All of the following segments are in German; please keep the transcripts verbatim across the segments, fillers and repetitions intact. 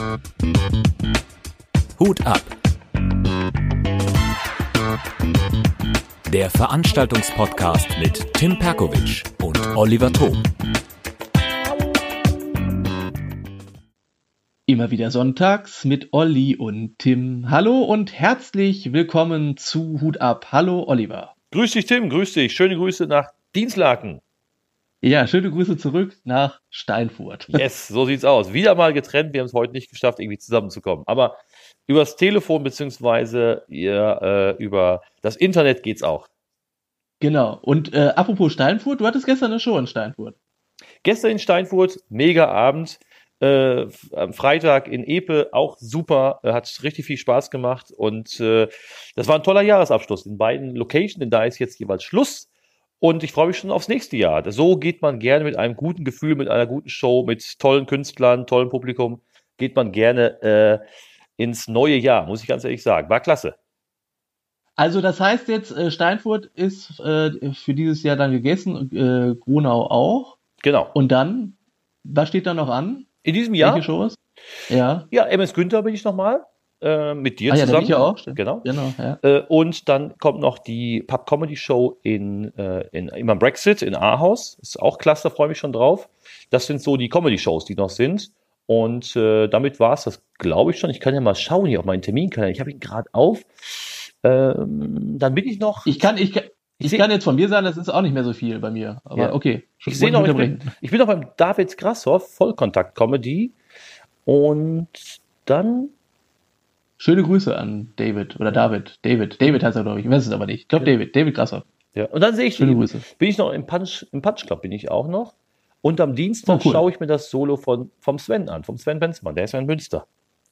Hut ab. Der Veranstaltungspodcast mit Tim Perkovic und Oliver Thom. Immer wieder sonntags mit Olli und Tim. Hallo und herzlich willkommen zu Hut ab. Hallo Oliver. Grüß dich Tim, grüß dich. Schöne Grüße nach Dinslaken. Ja, schöne Grüße zurück nach Steinfurt. Yes, so sieht's aus. Wieder mal getrennt. Wir haben es heute nicht geschafft, irgendwie zusammenzukommen. Aber übers Telefon beziehungsweise ja, äh, über das Internet geht's auch. Genau. Und äh, apropos Steinfurt, du hattest gestern eine Show in Steinfurt. Gestern in Steinfurt, mega Abend. Äh, am Freitag in Epe, auch super, äh, hat richtig viel Spaß gemacht und äh, das war ein toller Jahresabschluss in beiden Locations, denn da ist jetzt jeweils Schluss und ich freue mich schon aufs nächste Jahr. So geht man gerne mit einem guten Gefühl, mit einer guten Show, mit tollen Künstlern, tollem Publikum, geht man gerne äh, ins neue Jahr, muss ich ganz ehrlich sagen. War klasse. Also das heißt jetzt, äh, Steinfurt ist äh, für dieses Jahr dann gegessen, äh, Gronau auch. Genau. Und dann, was steht da noch an? In diesem Jahr? Welche Shows? Ja. Ja, M S Günther bin ich nochmal äh, mit dir ah, ja, zusammen. Ja, auch. Genau. genau ja. äh, und dann kommt noch die Pub-Comedy-Show in, äh, in, immer Brexit in Ahaus. Ist auch klasse, da freue ich mich schon drauf. Das sind so die Comedy-Shows, die noch sind. Und äh, damit war es das, glaube ich schon. Ich kann ja mal schauen hier auf meinen Terminkalender. Ich habe ihn gerade auf. Ähm, dann bin ich noch... Ich kann, ich kann, Ich kann jetzt von mir sagen, das ist auch nicht mehr so viel bei mir. Aber ja. okay. Ich sehe noch, ich bin, ich bin noch beim David Grashoff, Vollkontakt-Comedy. Und dann... Schöne Grüße an David oder David. David. David heißt er, glaube ich. Ich weiß es aber nicht. Ich glaube ja. David. David Grashoff. Ja. Und dann sehe ich... Schöne Grüße. Bin ich noch im Punch, im Punch Club, bin ich auch noch. Und am Dienstag oh, cool. schaue ich mir das Solo von, vom Sven an, vom Sven Benzmann. Der ist ja in Münster.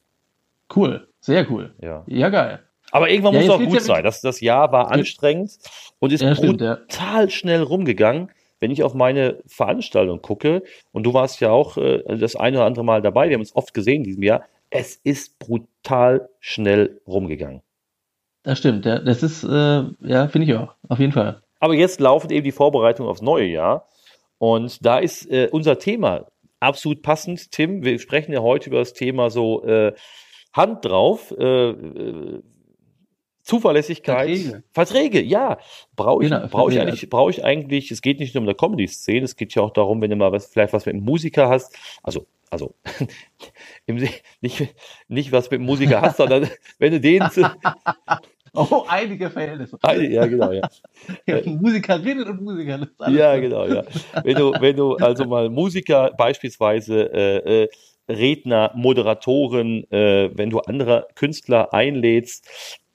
Cool. Sehr cool. Ja, ja geil. Aber irgendwann ja, muss es auch gut ja sein. Das, das Jahr war anstrengend und ist ja, stimmt, brutal ja. schnell rumgegangen. Wenn ich auf meine Veranstaltung gucke, und du warst ja auch äh, das eine oder andere Mal dabei, wir haben uns oft gesehen in diesem Jahr, es ist brutal schnell rumgegangen. Das stimmt, ja. Das ist, äh, ja, finde ich auch, auf jeden Fall. Aber jetzt laufen eben die Vorbereitungen aufs neue Jahr und da ist äh, unser Thema absolut passend. Tim, wir sprechen ja heute über das Thema so äh, Hand drauf, äh, äh, Zuverlässigkeit, Verträge, Verträge ja. Brauche ich, genau, brauch ich, eigentlich, brauch ich eigentlich, es geht nicht nur um eine Comedy-Szene, es geht ja auch darum, wenn du mal was, vielleicht was mit einem Musiker hast, also, also im, nicht, nicht was mit einem Musiker hast, sondern wenn du den... Oh, einige Verhältnisse. Einige, ja, genau, ja. ja Musikerinnen und Musiker. Das ist alles ja, genau, ja. Wenn du, wenn du also mal Musiker beispielsweise äh, äh, Redner, Moderatoren, äh, wenn du andere Künstler einlädst,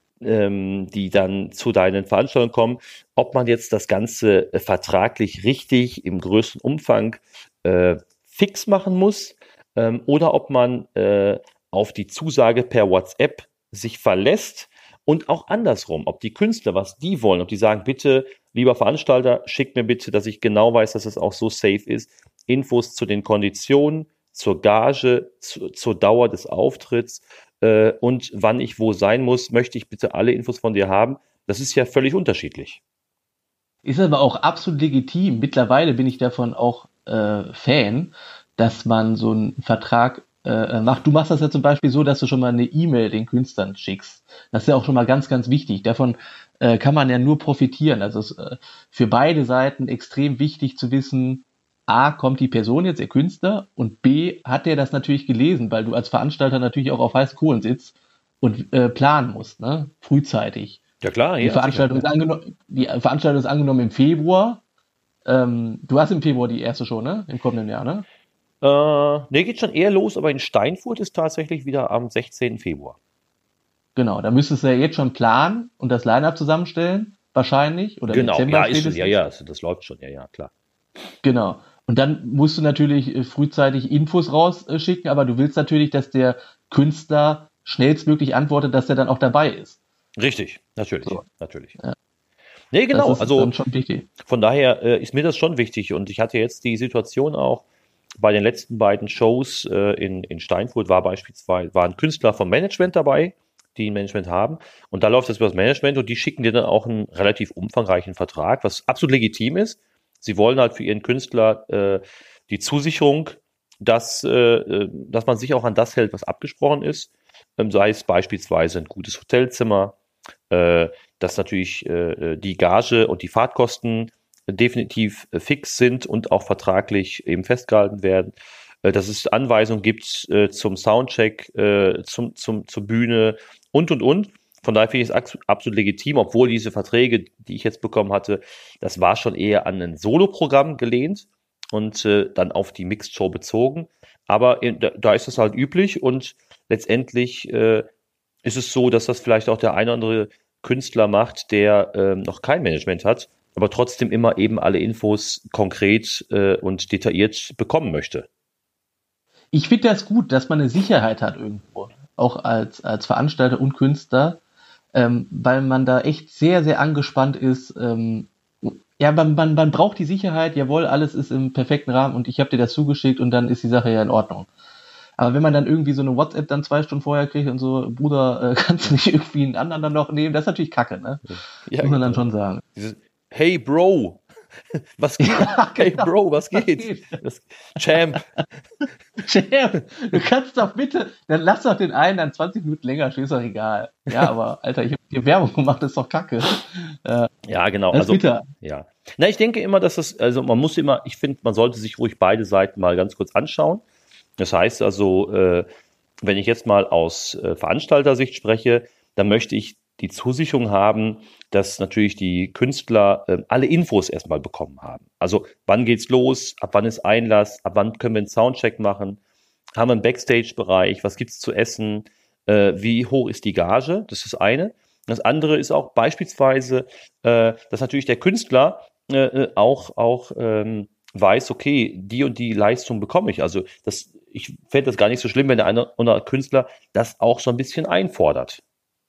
ähm, die dann zu deinen Veranstaltungen kommen, ob man jetzt das Ganze äh, vertraglich richtig im größten Umfang äh, fix machen muss ähm, oder ob man äh, auf die Zusage per WhatsApp sich verlässt und auch andersrum, ob die Künstler, was die wollen, ob die sagen, bitte, lieber Veranstalter, schick mir bitte, dass ich genau weiß, dass es auch so safe ist, Infos zu den Konditionen, zur Gage, zu, zur Dauer des Auftritts äh, und wann ich wo sein muss, möchte ich bitte alle Infos von dir haben. Das ist ja völlig unterschiedlich. Ist aber auch absolut legitim. Mittlerweile bin ich davon auch äh, Fan, dass man so einen Vertrag äh, macht. Du machst das ja zum Beispiel so, dass du schon mal eine E-Mail den Künstlern schickst. Das ist ja auch schon mal ganz, ganz wichtig. Davon äh, kann man ja nur profitieren. Also es ist äh, für beide Seiten extrem wichtig zu wissen, A, kommt die Person jetzt, der Künstler, und B, hat der das natürlich gelesen, weil du als Veranstalter natürlich auch auf heißen Kohlen sitzt und äh, planen musst, ne? Frühzeitig. Ja klar. Die, ja, Veranstaltung ist angeno- die Veranstaltung ist angenommen im Februar. Ähm, du hast im Februar die erste Show, ne? Im kommenden Jahr, ne? Äh, ne, geht schon eher los, aber in Steinfurt ist tatsächlich wieder am sechzehnten Februar. Genau, da müsstest du ja jetzt schon planen und das Line-Up zusammenstellen, wahrscheinlich. Oder genau, Dezember ja, ist schon, ja, ja, das läuft schon, ja, ja, klar. Genau. Und dann musst du natürlich äh, frühzeitig Infos rausschicken, aber du willst natürlich, dass der Künstler schnellstmöglich antwortet, dass er dann auch dabei ist. Richtig, natürlich, so. natürlich. Ja. Nee, genau, das ist also dann schon wichtig. Von daher äh, ist mir das schon wichtig und ich hatte jetzt die Situation auch bei den letzten beiden Shows äh, in, in Steinfurt war beispielsweise, war ein Künstler vom Management dabei, die ein Management haben und da läuft das über das Management und die schicken dir dann auch einen relativ umfangreichen Vertrag, was absolut legitim ist. Sie wollen halt für ihren Künstler äh, die Zusicherung, dass, äh, dass man sich auch an das hält, was abgesprochen ist, ähm, sei es beispielsweise ein gutes Hotelzimmer, äh, dass natürlich äh, die Gage und die Fahrtkosten definitiv äh, fix sind und auch vertraglich eben festgehalten werden, äh, dass es Anweisungen gibt äh, zum Soundcheck, äh, zum, zum, zur Bühne und, und, und. Von daher finde ich es absolut legitim, obwohl diese Verträge, die ich jetzt bekommen hatte, das war schon eher an ein Soloprogramm gelehnt und äh, dann auf die Mixed Show bezogen. Aber in, da, da ist es halt üblich und letztendlich äh, ist es so, dass das vielleicht auch der eine oder andere Künstler macht, der äh, noch kein Management hat, aber trotzdem immer eben alle Infos konkret äh, und detailliert bekommen möchte. Ich finde das gut, dass man eine Sicherheit hat irgendwo, auch als, als Veranstalter und Künstler, ähm, weil man da echt sehr, sehr angespannt ist. Ähm, ja, man, man, man braucht die Sicherheit, jawohl, alles ist im perfekten Rahmen und ich habe dir das zugeschickt und dann ist die Sache ja in Ordnung. Aber wenn man dann irgendwie so eine WhatsApp dann zwei Stunden vorher kriegt und so, Bruder, äh, kannst du nicht irgendwie einen anderen dann noch nehmen, das ist natürlich Kacke, ne? Ja, muss man dann genau. schon sagen. Dieses, hey Bro, was geht? Ja, Hey genau. Bro, was geht? Was geht? Das, Champ. Champ, du kannst doch bitte, dann lass doch den einen dann zwanzig Minuten länger, ist doch egal. Ja, aber Alter, ich habe dir Werbung gemacht, das ist doch Kacke. Äh, Ja, genau. das ist Also, bitter. ja. Na, ich denke immer, dass das, also man muss immer, ich finde, man sollte sich ruhig beide Seiten mal ganz kurz anschauen. Das heißt also, äh, wenn ich jetzt mal aus äh, Veranstaltersicht spreche, dann möchte ich die Zusicherung haben, dass natürlich die Künstler äh, alle Infos erstmal bekommen haben. Also wann geht's los, ab wann ist Einlass, ab wann können wir einen Soundcheck machen, haben wir einen Backstage-Bereich, was gibt's zu essen, äh, wie hoch ist die Gage, das ist das eine. Das andere ist auch beispielsweise, äh, dass natürlich der Künstler äh, auch, auch ähm, weiß, okay, die und die Leistung bekomme ich. Also das, ich fände das gar nicht so schlimm, wenn der eine oder andere Künstler das auch so ein bisschen einfordert.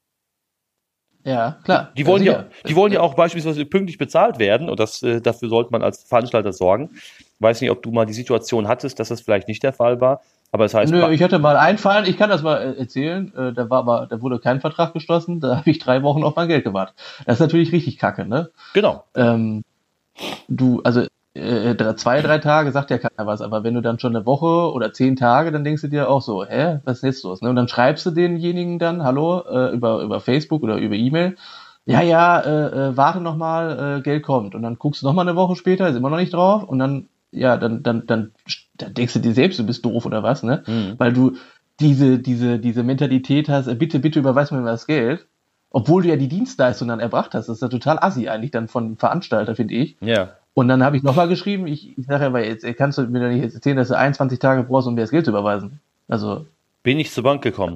Ja, klar. Die wollen ja, sicher. die wollen ja auch beispielsweise pünktlich bezahlt werden und das, äh, dafür sollte man als Veranstalter sorgen. Ich weiß nicht, ob du mal die Situation hattest, dass das vielleicht nicht der Fall war, aber das heißt, Nö, ich hatte mal einen Fall, ich kann das mal äh, erzählen, äh, da war aber, da wurde kein Vertrag geschlossen, da habe ich drei Wochen auf mein Geld gewartet. Das ist natürlich richtig kacke, ne? genau. Ähm, du, also äh, drei, zwei, drei Tage sagt ja keiner was, aber wenn du dann schon eine Woche oder zehn Tage, dann denkst du dir auch so, hä, was ist jetzt los? Ne? Und dann schreibst du denjenigen dann, hallo, äh, über, über Facebook oder über E-Mail, ja, ja, äh, äh, warte noch mal, äh, Geld kommt. Und dann guckst du noch mal eine Woche später, ist immer noch nicht drauf und dann, ja, dann, dann, dann, dann denkst du dir selbst, du bist doof oder was, ne? Mhm. Weil du diese, diese, diese Mentalität hast, äh, bitte, bitte überweis mir mal das Geld, obwohl du ja die Dienstleistung dann erbracht hast. Das ist ja total assi eigentlich dann von Veranstalter, finde ich. Ja. Und dann habe ich nochmal geschrieben, ich, ich sage ja, weil jetzt kannst du mir doch nicht jetzt erzählen, dass du einundzwanzig Tage brauchst, um mir das Geld zu überweisen. Also, Bin ich zur Bank gekommen.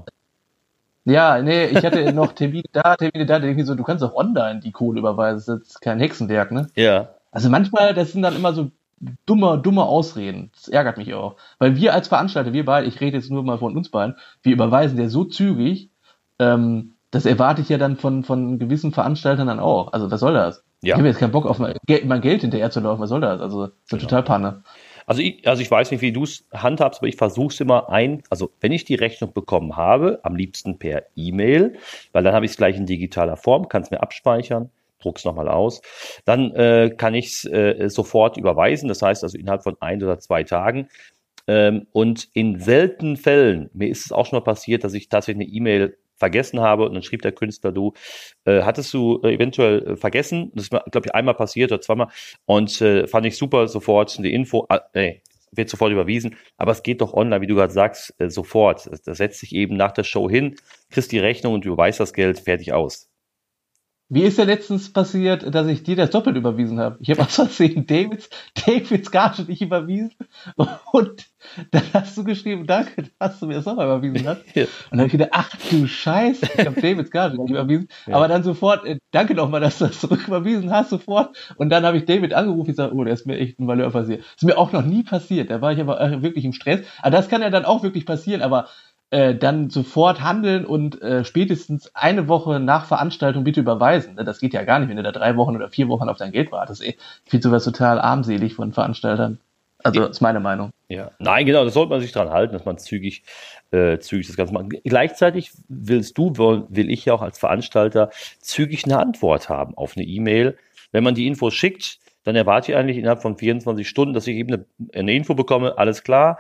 ja, nee, ich hatte noch Termine da, Termine da, da denke ich so, du kannst auch online die Kohle überweisen, das ist kein Hexenwerk, ne? Ja. Also manchmal, das sind dann immer so dumme, dumme Ausreden. Das ärgert mich auch. Weil wir als Veranstalter, wir beide, ich rede jetzt nur mal von uns beiden, wir überweisen der so zügig, ähm, das erwarte ich ja dann von, von gewissen Veranstaltern dann auch. Also, was soll das? Ja. Ich habe jetzt keinen Bock auf mein Geld, mein Geld hinterher zu laufen, was soll das? Also, das ist ja Genau. total Panne. Also ich, also ich weiß nicht, wie du es handhabst, aber ich versuche es immer ein, also wenn ich die Rechnung bekommen habe, am liebsten per E-Mail, weil dann habe ich es gleich in digitaler Form, kann es mir abspeichern, druck's nochmal aus, dann äh, kann ich es äh, sofort überweisen, das heißt also innerhalb von ein oder zwei Tagen. Ähm, und in seltenen Fällen, mir ist es auch schon mal passiert, dass ich tatsächlich eine E-Mail vergessen habe und dann schrieb der Künstler, du, äh, hattest du äh, eventuell äh, vergessen, das ist mir, glaube ich, einmal passiert oder zweimal und äh, fand ich super, sofort die Info, äh, nee, wird sofort überwiesen, aber es geht doch online, wie du gerade sagst, äh, sofort, das, das setzt sich eben nach der Show hin, kriegst die Rechnung und du überweist das Geld, fertig aus. Wie ist ja letztens passiert, dass ich dir das doppelt überwiesen habe? Ich habe aus Versehen Davids, Davids Gage nicht überwiesen und dann hast du geschrieben, danke, dass du mir das nochmal überwiesen hast. Ja. Und dann habe ich gedacht, ach du Scheiße, ich habe Davids Gage nicht überwiesen. Ja. Aber dann sofort, äh, danke nochmal, dass du das zurücküberwiesen hast, sofort. Und dann habe ich David angerufen, ich sage, oh, der ist mir echt ein Valeur passiert. Das ist mir auch noch nie passiert, da war ich aber äh, wirklich im Stress. Aber das kann ja dann auch wirklich passieren, aber Äh, dann sofort handeln und äh, spätestens eine Woche nach Veranstaltung bitte überweisen. Ne? Das geht ja gar nicht, wenn du da drei Wochen oder vier Wochen auf dein Geld wartest. Ich finde sowas total armselig von Veranstaltern. Also, das ist meine Meinung. Ja, nein, genau, das sollte man sich dran halten, dass man zügig, äh, zügig das Ganze macht. Gleichzeitig willst du, will, will ich ja auch als Veranstalter zügig eine Antwort haben auf eine E-Mail. Wenn man die Infos schickt, dann erwarte ich eigentlich innerhalb von vierundzwanzig Stunden, dass ich eben eine, eine Info bekomme, alles klar,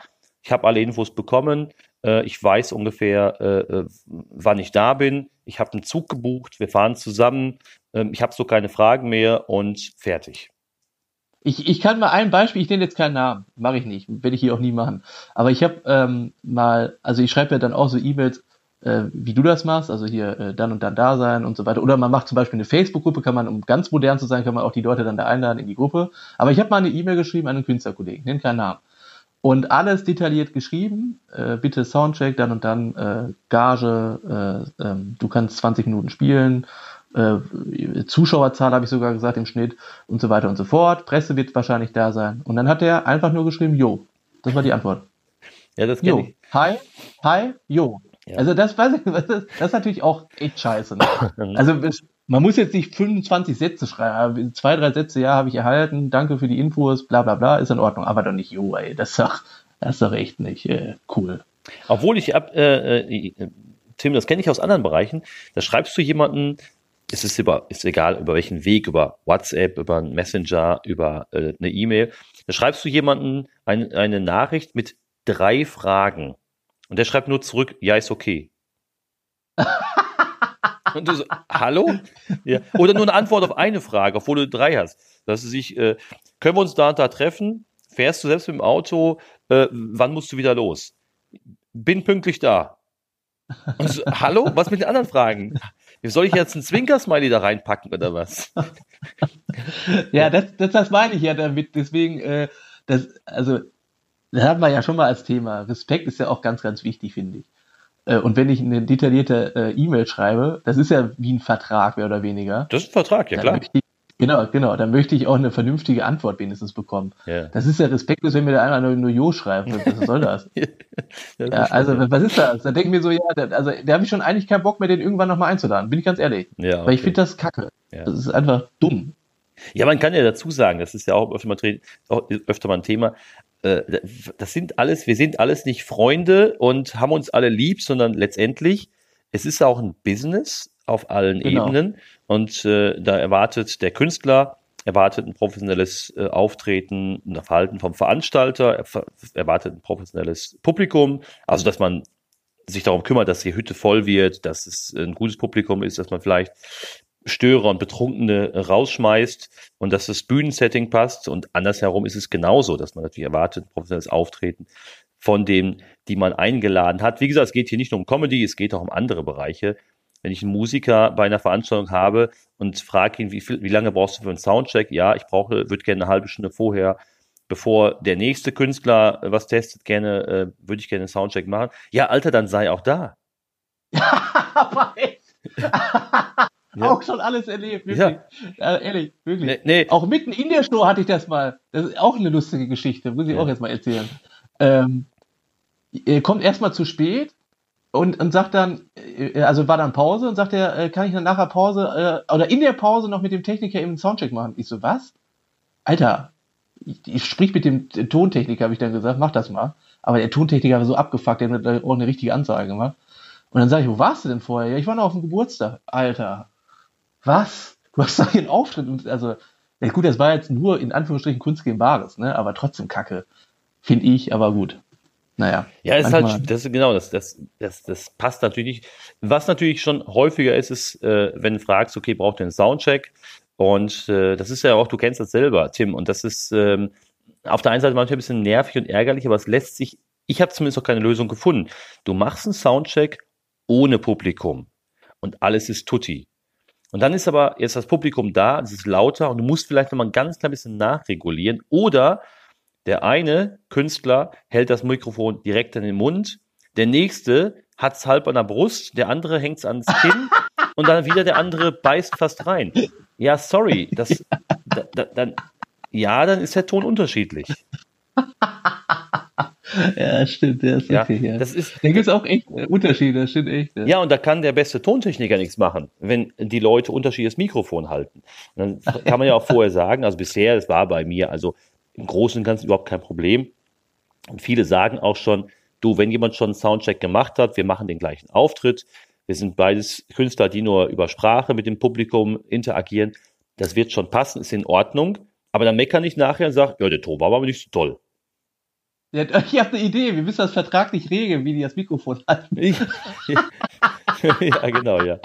ich habe alle Infos bekommen, äh, ich weiß ungefähr, äh, wann ich da bin, ich habe einen Zug gebucht, wir fahren zusammen, äh, ich habe so keine Fragen mehr und fertig. Ich, ich kann mal ein Beispiel, ich nenne jetzt keinen Namen, mache ich nicht, werde ich hier auch nie machen. Aber ich habe ähm, mal, also ich schreibe ja dann auch so E-Mails, äh, wie du das machst, also hier äh, dann und dann da sein und so weiter. Oder man macht zum Beispiel eine Facebook-Gruppe, kann man, um ganz modern zu sein, kann man auch die Leute dann da einladen in die Gruppe. Aber ich habe mal eine E-Mail geschrieben an einen Künstlerkollegen, nenne keinen Namen. Und alles detailliert geschrieben, äh, bitte Soundcheck, dann und dann, äh, Gage, äh, ähm, du kannst zwanzig Minuten spielen, äh, Zuschauerzahl habe ich sogar gesagt im Schnitt und so weiter und so fort. Presse wird wahrscheinlich da sein. Und dann hat er einfach nur geschrieben, jo. Das war die Antwort. Ja, das kenne ich. Hi, hi, jo. Ja. Also das weiß ich, das ist, das ist natürlich auch echt scheiße. Ne? Also man muss jetzt nicht fünfundzwanzig Sätze schreiben. Zwei, drei Sätze, ja, habe ich erhalten. Danke für die Infos, bla bla bla, ist in Ordnung. Aber doch nicht, jo, ey. Das ist doch, das ist doch echt nicht äh, cool. Obwohl ich ab, äh, äh, Tim, das kenne ich aus anderen Bereichen. Da schreibst du jemanden, es ist, über, ist egal, über welchen Weg, über WhatsApp, über einen Messenger, über äh, eine E-Mail. Da schreibst du jemanden ein, eine Nachricht mit drei Fragen. Und der schreibt nur zurück, ja, ist okay. Und du so, hallo? Ja. Oder nur eine Antwort auf eine Frage, obwohl du drei hast. Dass du sich, äh, können wir uns da und da treffen? Fährst du selbst mit dem Auto? Äh, wann musst du wieder los? Bin pünktlich da. Und so, hallo? Was mit den anderen Fragen? Soll ich jetzt einen Zwinker-Smiley da reinpacken oder was? Ja, das, das, das meine ich ja damit. Deswegen, äh, das, also, das hatten wir ja schon mal als Thema. Respekt ist ja auch ganz, ganz wichtig, finde ich. Äh, und wenn ich eine detaillierte äh, E-Mail schreibe, das ist ja wie ein Vertrag, mehr oder weniger. Das ist ein Vertrag, ja klar. Ich, genau, genau. Dann möchte ich auch eine vernünftige Antwort wenigstens bekommen. Ja. Das ist ja respektlos, wenn mir der einer nur, nur Jo schreibt. Was soll das? Ja, das ja, also, ja. Was ist das? Da denken wir so, ja, da, also da habe ich schon eigentlich keinen Bock mehr, den irgendwann nochmal einzuladen. Bin ich ganz ehrlich. Ja, okay. Weil ich finde das kacke. Ja. Das ist einfach dumm. Ja, man kann ja dazu sagen, das ist ja auch öfter mal, auch öfter mal ein Thema, das sind alles, wir sind alles nicht Freunde und haben uns alle lieb, sondern letztendlich, es ist auch ein Business auf allen genau. Ebenen und äh, da erwartet der Künstler, erwartet ein professionelles äh, Auftreten, ein Verhalten vom Veranstalter, er, erwartet ein professionelles Publikum, also dass man sich darum kümmert, dass die Hütte voll wird, dass es ein gutes Publikum ist, dass man vielleicht Störer und Betrunkene rausschmeißt und dass das Bühnensetting passt und andersherum ist es genauso, dass man natürlich erwartet, ein professionelles Auftreten von denen, die man eingeladen hat. Wie gesagt, es geht hier nicht nur um Comedy, es geht auch um andere Bereiche. Wenn ich einen Musiker bei einer Veranstaltung habe und frage ihn, wie viel, wie lange brauchst du für einen Soundcheck? Ja, ich brauche, würde gerne eine halbe Stunde vorher, bevor der nächste Künstler was testet, gerne, äh, würde ich gerne einen Soundcheck machen. Ja, Alter, dann sei auch da. Aber echt? Ja. Auch schon alles erlebt, wirklich. Ja. Ja, ehrlich, wirklich. Nee, nee. Auch mitten in der Show hatte ich das mal. Das ist auch eine lustige Geschichte, muss ich ja. auch jetzt mal erzählen. Ähm, er kommt erstmal zu spät und, und sagt dann, also war dann Pause und sagt er, kann ich dann nachher Pause, äh, oder in der Pause noch mit dem Techniker eben einen Soundcheck machen? Ich so, was? Alter, ich, ich sprich mit dem Tontechniker, habe ich dann gesagt, mach das mal. Aber der Tontechniker war so abgefuckt, der hat auch eine richtige Ansage gemacht. Und dann sage ich, wo warst du denn vorher? Ja, ich war noch auf dem Geburtstag. Alter. Was? Du hast doch hier einen Auftritt. Und also, ja gut, das war jetzt nur in Anführungsstrichen Kunst gegen Bares, ne? Aber trotzdem Kacke. Finde ich, aber gut. Naja. Ja, es ist halt, das ist genau, das, das, das, das passt natürlich nicht. Was natürlich schon häufiger ist, ist, äh, wenn du fragst, okay, braucht ihr einen Soundcheck? Und äh, das ist ja auch, du kennst das selber, Tim. Und das ist ähm, auf der einen Seite manchmal ein bisschen nervig und ärgerlich, aber es lässt sich, ich habe zumindest noch keine Lösung gefunden. Du machst einen Soundcheck ohne Publikum und alles ist tutti. Und dann ist aber jetzt das Publikum da, es ist lauter und du musst vielleicht noch mal ein ganz klein bisschen nachregulieren oder der eine Künstler hält das Mikrofon direkt in den Mund, der nächste hat es halb an der Brust, der andere hängt es ans Kinn und dann wieder der andere beißt fast rein. Ja, sorry, das, da, da, dann, ja, dann ist der Ton unterschiedlich. Ja, stimmt, der ist ja, okay, ja. Das ist, da gibt es auch echt Unterschiede, das stimmt echt. Ja. ja, und da kann der beste Tontechniker nichts machen, wenn die Leute unterschiedliches Mikrofon halten. Und dann kann man ja auch vorher sagen, also bisher, das war bei mir, also im Großen und Ganzen überhaupt kein Problem. Und viele sagen auch schon, du, wenn jemand schon einen Soundcheck gemacht hat, wir machen den gleichen Auftritt, wir sind beides Künstler, die nur über Sprache mit dem Publikum interagieren, das wird schon passen, ist in Ordnung, aber dann meckern nicht nachher und sagen, ja, der Ton war aber nicht so toll. Ja, ich habe eine Idee, wir müssen das vertraglich regeln, wie die das Mikrofon halten. Ja, genau, ja.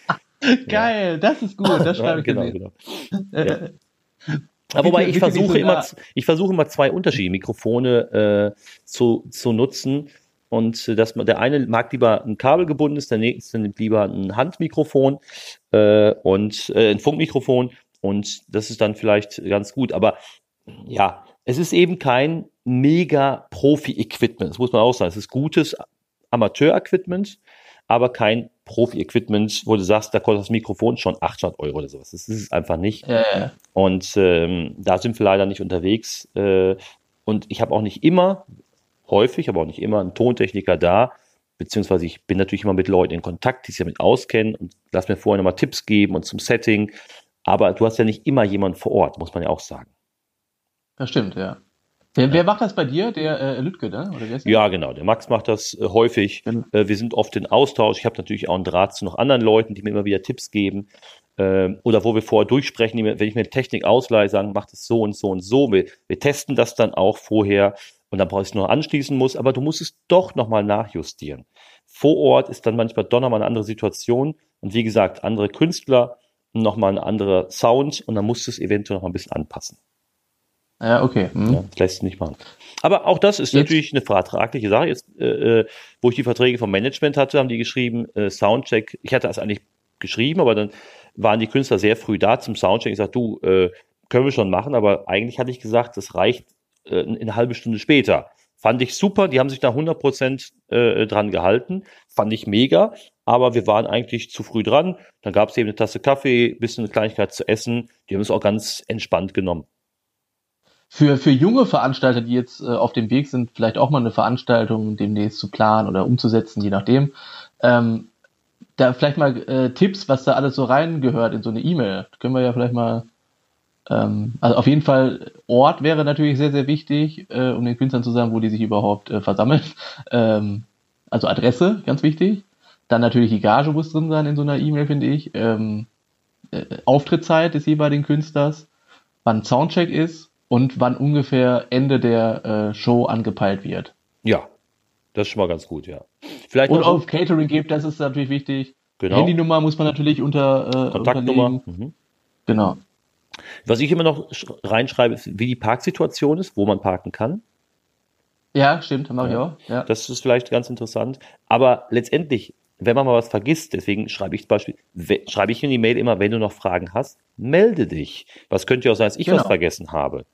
Geil, das ist gut, das schreibe ich genau, mir. genau. Ja. Aber wobei ich versuche immer, ich versuche immer zwei unterschiedliche Mikrofone äh, zu, zu nutzen. Und äh, dass man, der eine mag lieber ein kabelgebundenes, der nächste nimmt lieber ein Handmikrofon äh, und äh, ein Funkmikrofon. Und das ist dann vielleicht ganz gut. Aber ja, es ist eben kein mega Profi-Equipment. Das muss man auch sagen. Es ist gutes Amateur-Equipment, aber kein Profi-Equipment, wo du sagst, da kostet das Mikrofon schon achthundert Euro oder sowas. Das ist es einfach nicht. Äh. Und ähm, da sind wir leider nicht unterwegs. Äh, und ich habe auch nicht immer, häufig, aber auch nicht immer, einen Tontechniker da. Beziehungsweise ich bin natürlich immer mit Leuten in Kontakt, die sich damit auskennen und lass mir vorher nochmal Tipps geben und zum Setting. Aber du hast ja nicht immer jemanden vor Ort, muss man ja auch sagen. Das stimmt, ja. Wer, wer macht das bei dir? Der äh, Lütke, ne? Oder wer ist ja, genau. Der Max macht das äh, häufig. Genau. Äh, wir sind oft in Austausch. Ich habe natürlich auch einen Draht zu noch anderen Leuten, die mir immer wieder Tipps geben. Ähm, oder wo wir vorher durchsprechen, die mir, wenn ich mir Technik ausleihe, sagen, mach das so und so und so. Wir, wir testen das dann auch vorher und dann brauche ich es nur anschließen muss. Aber du musst es doch nochmal nachjustieren. Vor Ort ist dann manchmal doch nochmal eine andere Situation. Und wie gesagt, andere Künstler, nochmal ein anderer Sound und dann musst du es eventuell noch mal ein bisschen anpassen. Ja, okay. Hm. Ja, das lässt sich nicht machen. Aber auch das ist jetzt natürlich eine vertragliche Sache. Jetzt, äh, wo ich die Verträge vom Management hatte, haben die geschrieben, äh, Soundcheck. Ich hatte das eigentlich geschrieben, aber dann waren die Künstler sehr früh da zum Soundcheck. Ich sagte, du, äh, können wir schon machen, aber eigentlich hatte ich gesagt, das reicht äh, eine halbe Stunde später. Fand ich super, die haben sich da hundert Prozent äh, dran gehalten. Fand ich mega, aber wir waren eigentlich zu früh dran. Dann gab es eben eine Tasse Kaffee, ein bisschen eine Kleinigkeit zu essen. Die haben es auch ganz entspannt genommen. Für, für junge Veranstalter, die jetzt äh, auf dem Weg sind, vielleicht auch mal eine Veranstaltung demnächst zu planen oder umzusetzen, je nachdem, ähm, da vielleicht mal äh, Tipps, was da alles so reingehört in so eine E-Mail. Können wir ja vielleicht mal, ähm, also auf jeden Fall Ort wäre natürlich sehr, sehr wichtig, äh, um den Künstlern zu sagen, wo die sich überhaupt äh, versammeln. Ähm, also Adresse, ganz wichtig. Dann natürlich die Gage muss drin sein in so einer E-Mail, finde ich. Ähm, äh, Auftrittszeit des jeweiligen Künstlers, wann Soundcheck ist, und wann ungefähr Ende der äh, Show angepeilt wird. Ja, das ist schon mal ganz gut, ja. Vielleicht und noch so auf Catering gibt, das ist natürlich wichtig. Genau. Handynummer muss man natürlich unter äh, Kontaktnummer. Mhm. Genau. Was ich immer noch reinschreibe, ist, wie die Parksituation ist, wo man parken kann. Ja, stimmt, mache ja. ich auch. Ja. Das ist vielleicht ganz interessant. Aber letztendlich, wenn man mal was vergisst, deswegen schreibe ich zum Beispiel, schreibe ich in die Mail immer, wenn du noch Fragen hast, melde dich. Was könnte ja auch sein, dass ich genau. was vergessen habe.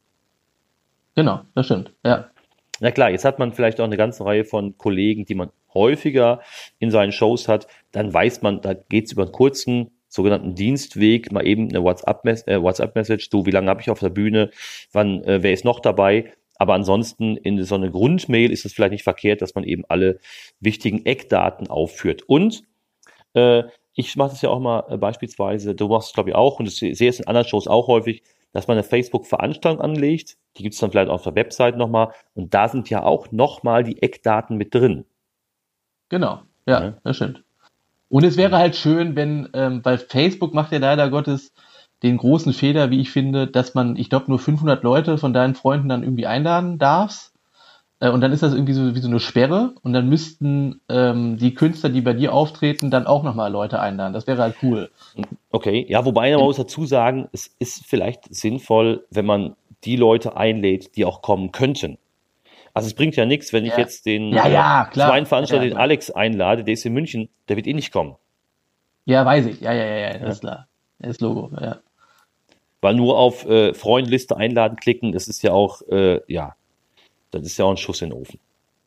Genau, das stimmt, ja. Na klar, jetzt hat man vielleicht auch eine ganze Reihe von Kollegen, die man häufiger in seinen Shows hat. Dann weiß man, da geht es über einen kurzen sogenannten Dienstweg, mal eben eine WhatsApp-Message, äh, WhatsApp-Message, du, wie lange habe ich auf der Bühne, wann, äh, wer ist noch dabei? Aber ansonsten in so eine Grundmail ist es vielleicht nicht verkehrt, dass man eben alle wichtigen Eckdaten aufführt. Und äh, ich mache das ja auch mal äh, beispielsweise, du machst es glaube ich auch, und das sehe es in anderen Shows auch häufig, dass man eine Facebook-Veranstaltung anlegt, die gibt es dann vielleicht auf der Website nochmal, und da sind ja auch nochmal die Eckdaten mit drin. Genau, ja, ja, das stimmt. Und es wäre halt schön, wenn, ähm, weil Facebook macht ja leider Gottes den großen Fehler, wie ich finde, dass man, ich glaube, nur fünfhundert Leute von deinen Freunden dann irgendwie einladen darfst. Äh, und dann ist das irgendwie so wie so eine Sperre. Und dann müssten ähm, die Künstler, die bei dir auftreten, dann auch nochmal Leute einladen. Das wäre halt cool. Okay, ja, wobei man muss dazu sagen, es ist vielleicht sinnvoll, wenn man die Leute einlädt, die auch kommen könnten. Also es bringt ja nichts, wenn ich ja. jetzt den ja, ja, klar. zweiten Veranstalter, ja, den Alex, einlade, der ist in München, der wird eh nicht kommen. Ja, weiß ich. Ja, ja, ja, ja, das ja. ist klar. Das ist Logo, ja. Weil nur auf äh, Freundeliste einladen klicken, das ist ja auch, äh, ja, das ist ja auch ein Schuss in den Ofen.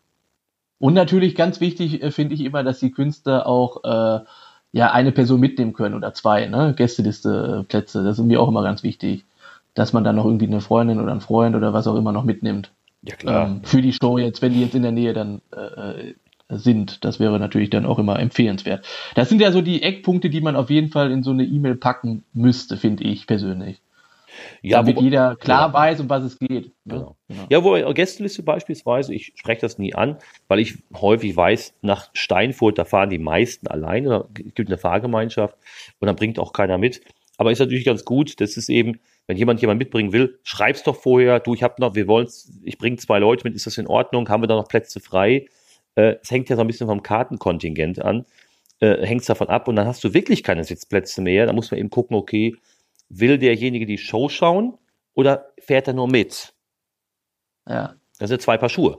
Und natürlich ganz wichtig äh, finde ich immer, dass die Künstler auch äh, ja eine Person mitnehmen können oder zwei, ne? Gästeliste äh, Plätze, das ist mir auch immer ganz wichtig, dass man dann noch irgendwie eine Freundin oder einen Freund oder was auch immer noch mitnimmt. Ja, klar. Ähm, für die Show jetzt, wenn die jetzt in der Nähe dann äh, sind. Das wäre natürlich dann auch immer empfehlenswert. Das sind ja so die Eckpunkte, die man auf jeden Fall in so eine E-Mail packen müsste, finde ich persönlich. Ja, damit wo, jeder klar ja. weiß, um was es geht. Genau. Genau. Ja, wo Gästeliste beispielsweise, ich spreche das nie an, weil ich häufig weiß, nach Steinfurt, da fahren die meisten alleine, da gibt eine Fahrgemeinschaft und dann bringt auch keiner mit. Aber ist natürlich ganz gut, das ist eben, Wenn jemand jemand mitbringen will, schreib's doch vorher. Du, ich habe noch, wir wollen, ich bringe zwei Leute mit, ist das in Ordnung? Haben wir da noch Plätze frei? Äh, es hängt ja so ein bisschen vom Kartenkontingent an, äh, hängt davon ab und dann hast du wirklich keine Sitzplätze mehr. Da muss man eben gucken, okay, will derjenige die Show schauen oder fährt er nur mit? Ja. Das sind zwei Paar Schuhe.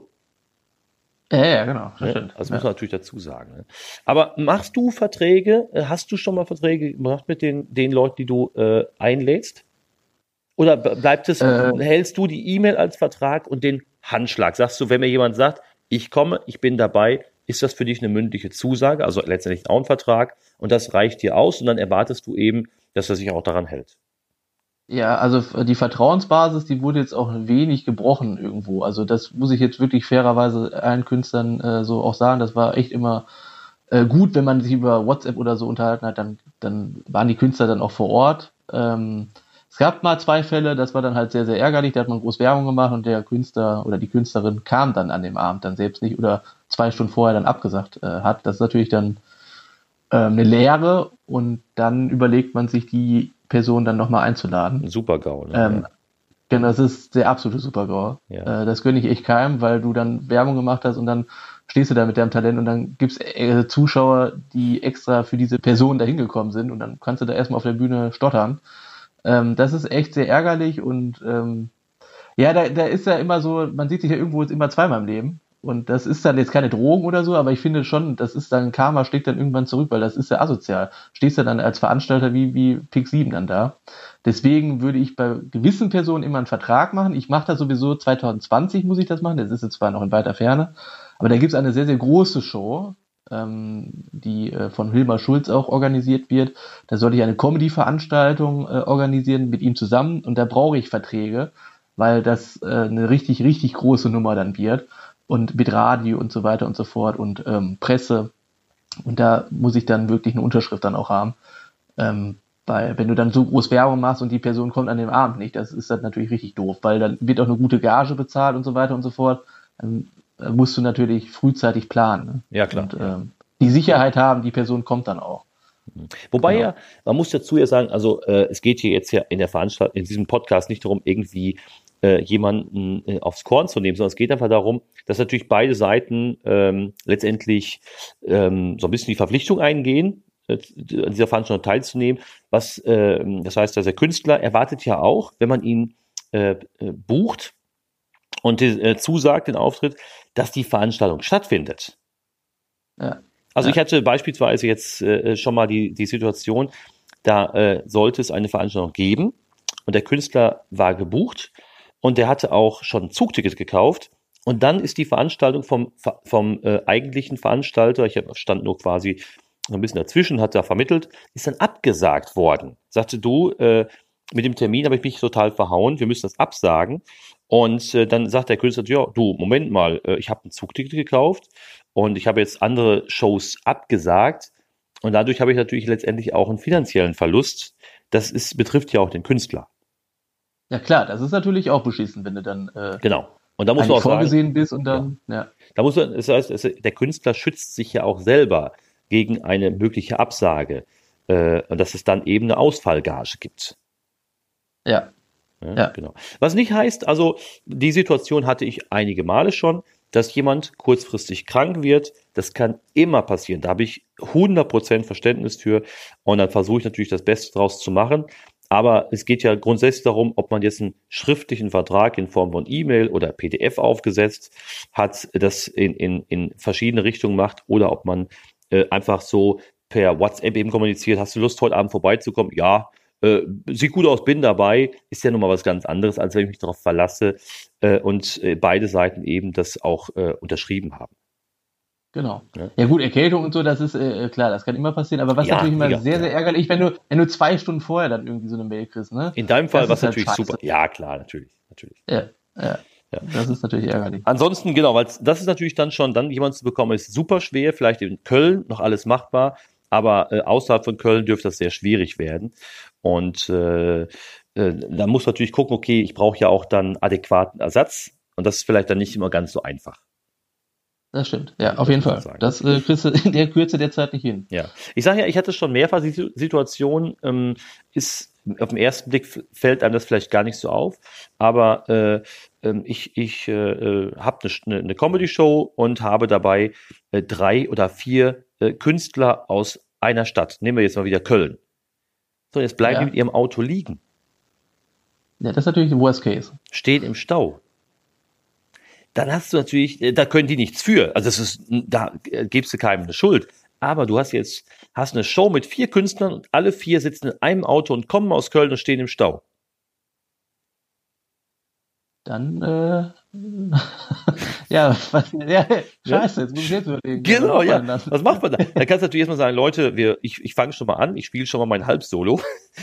Ja, ja, genau. Das Ne? stimmt. Das ja. muss man natürlich dazu sagen. Ne? Aber machst du Verträge? äh, Hast du schon mal Verträge gemacht mit den, den Leuten, die du äh, einlädst? Oder b- bleibt es, Äh. hältst du die E-Mail als Vertrag und den Handschlag? Sagst du, wenn mir jemand sagt, ich komme, ich bin dabei, ist das für dich eine mündliche Zusage, also letztendlich auch ein Vertrag und das reicht dir aus und dann erwartest du eben, dass er sich auch daran hält. Ja, also f- die Vertrauensbasis, die wurde jetzt auch wenig gebrochen irgendwo. Also das muss ich jetzt wirklich fairerweise allen Künstlern äh, so auch sagen. Das war echt immer äh, gut, wenn man sich über WhatsApp oder so unterhalten hat, dann, dann waren die Künstler dann auch vor Ort. Ähm, es gab mal zwei Fälle, das war dann halt sehr, sehr ärgerlich. Da hat man groß Werbung gemacht und der Künstler oder die Künstlerin kam dann an dem Abend dann selbst nicht oder zwei Stunden vorher dann abgesagt äh, hat. Das ist natürlich dann ähm, eine Lehre und dann überlegt man sich, die Person dann nochmal einzuladen. Ein Super-GAU. Ne? Ähm, genau, das ist der absolute Super-GAU. Ja. Äh, das gönne ich echt keinem, weil du dann Werbung gemacht hast und dann stehst du da mit deinem Talent und dann gibt's äh, Zuschauer, die extra für diese Person dahin gekommen sind und dann kannst du da erstmal auf der Bühne stottern. Ähm, das ist echt sehr ärgerlich und ähm, ja, da, da ist ja immer so, man sieht sich ja irgendwo jetzt immer zweimal im Leben. Und das ist dann jetzt keine Drohung oder so, aber ich finde schon, das ist dann, Karma schlägt dann irgendwann zurück, weil das ist ja asozial. Stehst du dann als Veranstalter wie, wie Pix sieben dann da. Deswegen würde ich bei gewissen Personen immer einen Vertrag machen. Ich mache das sowieso zwanzig zwanzig, muss ich das machen. Das ist jetzt zwar noch in weiter Ferne, aber da gibt's eine sehr, sehr große Show, ähm, die äh, von Hilmar Schulz auch organisiert wird. Da soll ich eine Comedy-Veranstaltung äh, organisieren mit ihm zusammen und da brauche ich Verträge, weil das äh, eine richtig, richtig große Nummer dann wird. Und mit Radio und so weiter und so fort und ähm, Presse. Und da muss ich dann wirklich eine Unterschrift dann auch haben. Ähm, weil wenn du dann so groß Werbung machst und die Person kommt an dem Abend nicht, das ist dann natürlich richtig doof, weil dann wird auch eine gute Gage bezahlt und so weiter und so fort. Dann äh, musst du natürlich frühzeitig planen. Ne? Ja, klar. Und ähm, die Sicherheit haben, die Person kommt dann auch. Wobei Genau. ja, man muss dazu ja sagen, also äh, es geht hier jetzt ja in der Veranstaltung, in diesem Podcast nicht darum, irgendwie äh, jemanden äh, aufs Korn zu nehmen, sondern es geht einfach darum, dass natürlich beide Seiten ähm, letztendlich ähm, so ein bisschen die Verpflichtung eingehen, äh, an dieser Veranstaltung teilzunehmen. Was, äh, das heißt, dass der Künstler erwartet ja auch, wenn man ihn äh, äh, bucht und äh, zusagt den Auftritt, dass die Veranstaltung stattfindet. Ja. Also Ja. ich hatte beispielsweise jetzt äh, schon mal die, die Situation, da äh, sollte es eine Veranstaltung geben und der Künstler war gebucht und der hatte auch schon ein Zugticket gekauft und dann ist die Veranstaltung vom, vom äh, eigentlichen Veranstalter, ich stand nur quasi ein bisschen dazwischen, hat da vermittelt, ist dann abgesagt worden. Sagte, du, äh, mit dem Termin habe ich mich total verhauen, wir müssen das absagen. Und äh, dann sagt der Künstler, ja, du, Moment mal, äh, ich habe ein Zugticket gekauft und ich habe jetzt andere Shows abgesagt und dadurch habe ich natürlich letztendlich auch einen finanziellen Verlust. Das ist, betrifft ja auch den Künstler. Ja klar, das ist natürlich auch beschissen, wenn du dann äh, Genau. Und da muss man eigentlich auch sagen, vorgesehen bist und dann, ja. da muss man, das heißt, es- der Künstler schützt sich ja auch selber gegen eine mögliche Absage, äh, und dass es dann eben eine Ausfallgage gibt. Ja. Ja, Ja. genau. Was nicht heißt, also die Situation hatte ich einige Male schon, dass jemand kurzfristig krank wird. Das kann immer passieren. Da habe ich hundert Prozent Verständnis für und dann versuche ich natürlich das Beste draus zu machen. Aber es geht ja grundsätzlich darum, ob man jetzt einen schriftlichen Vertrag in Form von E-Mail oder P D F aufgesetzt hat, das in, in, in verschiedene Richtungen macht oder ob man äh, einfach so per WhatsApp eben kommuniziert, hast du Lust, heute Abend vorbeizukommen? Ja, äh, sieht gut aus, bin dabei, ist ja nun mal was ganz anderes, als wenn ich mich darauf verlasse äh, und äh, beide Seiten eben das auch äh, unterschrieben haben. Genau. Ja. Ja gut, Erkältung und so, das ist äh, klar, das kann immer passieren, aber was Ja, natürlich immer mega, sehr, ja. sehr ärgerlich, wenn du, wenn du zwei Stunden vorher dann irgendwie so eine Mail kriegst, ne? In deinem Fall Das war ist es halt natürlich scheiße. super. Ja, klar, natürlich, natürlich. Ja, ja, Ja. das ist natürlich ärgerlich. Ansonsten, genau, weil das ist natürlich dann schon, dann jemanden zu bekommen, ist super schwer. Vielleicht in Köln noch alles machbar, aber äh, außerhalb von Köln dürfte das sehr schwierig werden. Und äh, äh, da muss man natürlich gucken, okay, ich brauche ja auch dann adäquaten Ersatz. Und das ist vielleicht dann nicht immer ganz so einfach. Das stimmt. Ja, Das auf jeden muss man Fall. sagen. Das äh, kriegst du in der Kürze der Zeit nicht hin. Ja, ich sage ja, ich hatte schon mehrfach die Situ- Situation, ähm, ist Auf den ersten Blick fällt einem das vielleicht gar nicht so auf, aber äh, ich, ich äh, habe eine, eine Comedy-Show und habe dabei äh, drei oder vier äh, Künstler aus einer Stadt. Nehmen wir jetzt mal wieder Köln. So, jetzt bleiben ja. die mit ihrem Auto liegen. Ja, das ist natürlich ein Worst Case. Stehen im Stau. Dann hast du natürlich, da können die nichts für. Also das ist, da gibst du keinem eine Schuld. Aber du hast jetzt, hast eine Show mit vier Künstlern und alle vier sitzen in einem Auto und kommen aus Köln und stehen im Stau. Dann, äh, ja, was, ja, scheiße, jetzt muss ich jetzt überlegen. Genau, ja. Was macht man da? Dann kannst du natürlich erstmal sagen, Leute, wir, ich, ich fange schon mal an, ich spiele schon mal mein Halbsolo.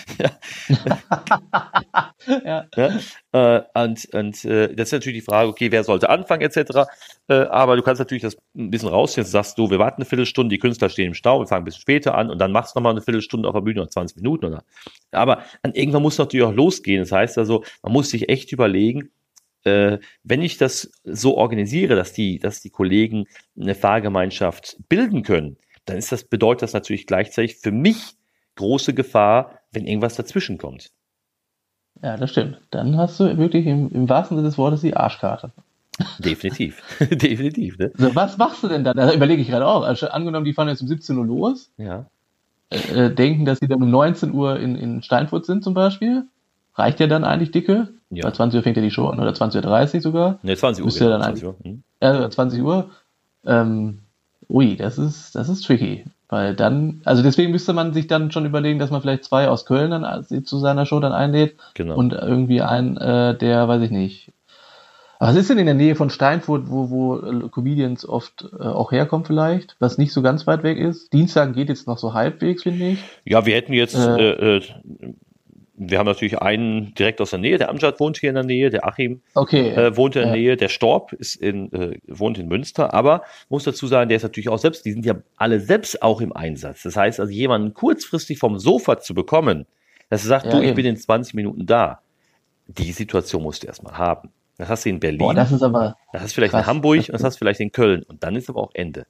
ja. ja. Äh, und und äh, das ist natürlich die Frage, okay, wer sollte anfangen, et cetera. Äh, aber du kannst natürlich das ein bisschen rausziehen, sagst du, wir warten eine Viertelstunde, die Künstler stehen im Stau, wir fangen ein bisschen später an und dann machst du nochmal eine Viertelstunde auf der Bühne, noch zwanzig Minuten, oder? Aber an irgendwann muss natürlich auch losgehen. Das heißt also, man muss sich echt überlegen, Äh, wenn ich das so organisiere, dass die, dass die Kollegen eine Fahrgemeinschaft bilden können, dann ist das, bedeutet das natürlich gleichzeitig für mich große Gefahr, wenn irgendwas dazwischen kommt. Ja, das stimmt. Dann hast du wirklich im, im wahrsten Sinne des Wortes die Arschkarte. Definitiv. Definitiv, ne? Also, was machst du denn da? Da überlege ich gerade auch. Also, angenommen, die fahren jetzt um siebzehn Uhr los. Ja. Äh, denken, dass sie dann um neunzehn Uhr in, in Steinfurt sind zum Beispiel. Reicht ja dann eigentlich dicke? Ja. Bei zwanzig Uhr fängt ja die Show an, oder zwanzig Uhr dreißig sogar. Ne, zwanzig Uhr. Ja, dann zwanzig Uhr. Hm. Ja, zwanzig Uhr. Ähm, ui, das ist, das ist tricky. Weil dann, also deswegen müsste man sich dann schon überlegen, dass man vielleicht zwei aus Köln dann zu seiner Show dann einlädt. Genau. Und irgendwie einen, äh, der, weiß ich nicht. Was ist denn in der Nähe von Steinfurt, wo, wo Comedians oft äh, auch herkommen vielleicht, was nicht so ganz weit weg ist? Dienstag geht jetzt noch so halbwegs, finde ich. Ja, wir hätten jetzt, äh, äh, wir haben natürlich einen direkt aus der Nähe, der Amjad wohnt hier in der Nähe, der Achim okay, äh, wohnt in der ja. Nähe, der Storb ist in, äh, wohnt in Münster, aber muss dazu sagen, der ist natürlich auch selbst, die sind ja alle selbst auch im Einsatz. Das heißt also, jemanden kurzfristig vom Sofa zu bekommen, dass er sagt, ja, du, ich eben. bin in zwanzig Minuten da, die Situation musst du erstmal haben. Das hast du in Berlin, Boah, das ist aber das hast du vielleicht krass. in Hamburg und das hast du vielleicht in Köln und dann ist aber auch Ende.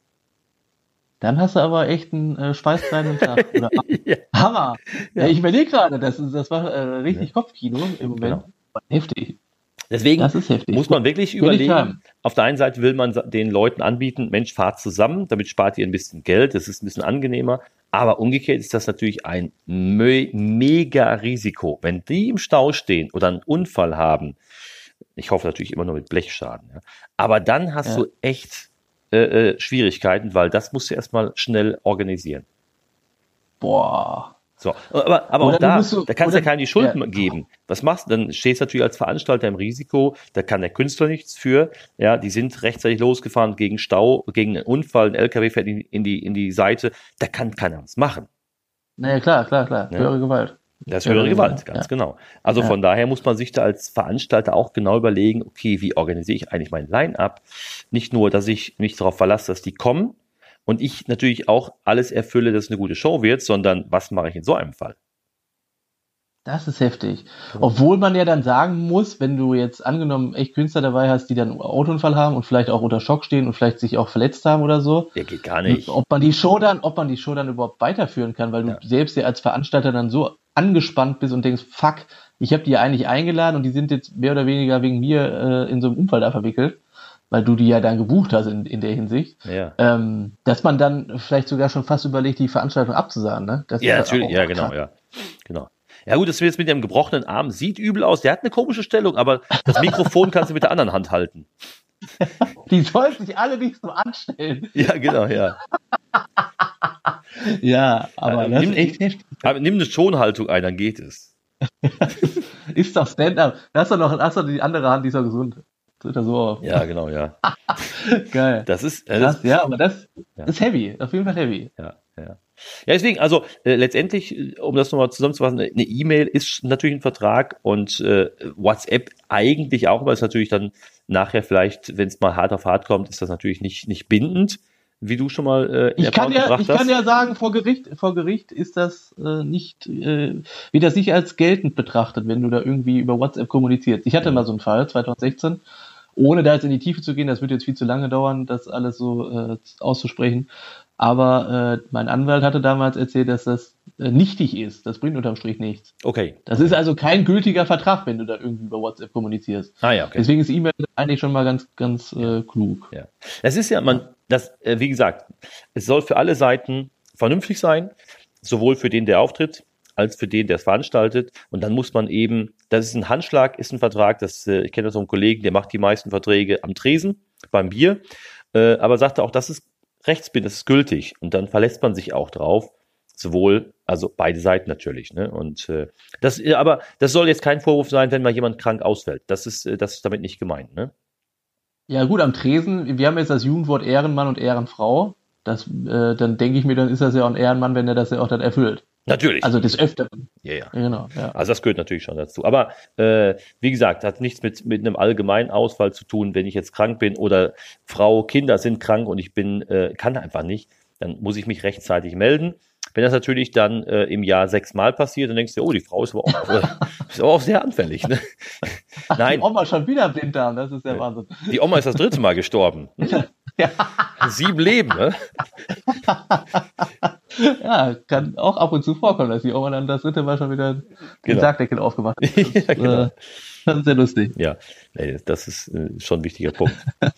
Dann hast du aber echt einen äh, schweißtreibenden Tag. Oder, ja. Hammer! Ja. Ja, ich überlege gerade, das, das war äh, richtig ja. Kopfkino im Moment. Genau. Heftig. Deswegen das ist heftig. muss man wirklich Will überlegen, auf der einen Seite will man den Leuten anbieten, Mensch, fahrt zusammen, damit spart ihr ein bisschen Geld, das ist ein bisschen angenehmer, aber umgekehrt ist das natürlich ein me- mega Risiko. Wenn die im Stau stehen oder einen Unfall haben, ich hoffe natürlich immer nur mit Blechschaden, ja, aber dann hast ja. du echt Äh, äh, Schwierigkeiten, weil das musst du erstmal schnell organisieren. Boah. So, aber, aber auch da, du, da kannst du ja keinem die Schuld ja. geben. Was machst du? Dann stehst du natürlich als Veranstalter im Risiko, da kann der Künstler nichts für. Ja, die sind rechtzeitig losgefahren gegen Stau, gegen einen Unfall, ein L K W fährt in, in, die, in die Seite, da kann keiner was machen. Naja, klar, klar, klar. Höhere ja. Gewalt. Das ist höhere Gewalt, ganz ja. genau. Also ja. von daher muss man sich da als Veranstalter auch genau überlegen, okay, wie organisiere ich eigentlich mein Line-Up? Nicht nur, dass ich mich darauf verlasse, dass die kommen und ich natürlich auch alles erfülle, dass es eine gute Show wird, sondern was mache ich in so einem Fall? Das ist heftig. Obwohl man ja dann sagen muss, wenn du jetzt angenommen echt Künstler dabei hast, die dann einen Autounfall haben und vielleicht auch unter Schock stehen und vielleicht sich auch verletzt haben oder so. Ja, geht gar nicht. Ob man die Show dann, ob man die Show dann überhaupt weiterführen kann, weil du ja. selbst ja als Veranstalter dann so angespannt bist und denkst, fuck, ich habe die ja eigentlich eingeladen und die sind jetzt mehr oder weniger wegen mir äh, in so einem Unfall da verwickelt, weil du die ja dann gebucht hast in, in der Hinsicht, ja. ähm, dass man dann vielleicht sogar schon fast überlegt, die Veranstaltung abzusagen. Ne? Das ja, natürlich, ja, genau, ja, genau. Ja gut, das wird jetzt mit dem gebrochenen Arm, sieht übel aus, der hat eine komische Stellung, aber das Mikrofon kannst du mit der anderen Hand halten. Die sollen sich alle nicht so anstellen. Ja, genau, ja. Ja, aber äh, das nimm, ist echt heftig. Aber nimm eine Schonhaltung ein, dann geht es. Ist doch Stand-up. Hast du noch, hast du die andere Hand, die ist doch gesund. Tritt er so auf. Ja, genau, ja. Geil. Das ist, äh, das, ja, aber das ja. ist heavy. Auf jeden Fall heavy. Ja, ja. Ja, deswegen, also äh, letztendlich, um das nochmal zusammenzufassen, eine E-Mail ist natürlich ein Vertrag und äh, WhatsApp eigentlich auch, weil es natürlich dann nachher vielleicht, wenn es mal hart auf hart kommt, ist das natürlich nicht, nicht bindend, wie du schon mal äh, in ich kann ja, gebracht ich hast. kann ja sagen, vor Gericht, vor Gericht ist das äh, nicht, äh, wird das nicht als geltend betrachtet, wenn du da irgendwie über WhatsApp kommunizierst. Ich hatte ja. mal so einen Fall, zwanzig sechzehn, ohne da jetzt in die Tiefe zu gehen, das wird jetzt viel zu lange dauern, das alles so äh, auszusprechen. Aber äh, mein Anwalt hatte damals erzählt, dass das äh, nichtig ist. Das bringt unterm Strich nichts. Okay. Das ist also kein gültiger Vertrag, wenn du da irgendwie über WhatsApp kommunizierst. Ah ja, okay. Deswegen ist E-Mail eigentlich schon mal ganz, ganz äh, klug. Ja. Das ist ja, man, das, äh, wie gesagt, es soll für alle Seiten vernünftig sein, sowohl für den, der auftritt, als für den, der es veranstaltet. Und dann muss man eben, das ist ein Handschlag, ist ein Vertrag, das, äh, ich kenne das von einem Kollegen, der macht die meisten Verträge am Tresen, beim Bier, äh, aber sagte auch, das ist rechtsbindend, das ist gültig. Und dann verlässt man sich auch drauf, sowohl, also beide Seiten natürlich. Ne? Und äh, das, aber das soll jetzt kein Vorwurf sein, wenn mal jemand krank ausfällt. Das ist, äh, das ist damit nicht gemeint. Ne? Ja gut, am Tresen, wir haben jetzt das Jugendwort Ehrenmann und Ehrenfrau. Das, äh, dann denke ich mir, dann ist das ja auch ein Ehrenmann, wenn er das ja auch dann erfüllt. Natürlich. Also des Öfteren. Ja, ja. Genau, ja. Also das gehört natürlich schon dazu. Aber äh, wie gesagt, hat nichts mit, mit einem allgemeinen Ausfall zu tun, wenn ich jetzt krank bin oder Frau, Kinder sind krank und ich bin, äh, kann einfach nicht, dann muss ich mich rechtzeitig melden. Wenn das natürlich dann äh, im Jahr sechsmal passiert, dann denkst du, oh, die Frau ist aber auch, äh, ist aber auch sehr anfällig. Ne? Ach, Nein. Die Oma schon wieder Blinddarm, das ist der Wahnsinn. Die Oma ist das dritte Mal gestorben. Ja. Sieben Leben, ne? Ja, kann auch ab und zu vorkommen, dass die Oma dann das dritte Mal schon wieder den Genau. Sargdeckel aufgemacht hat. Das, Ja, genau. äh, das ist sehr lustig. Ja, nee, das ist äh, schon ein wichtiger Punkt.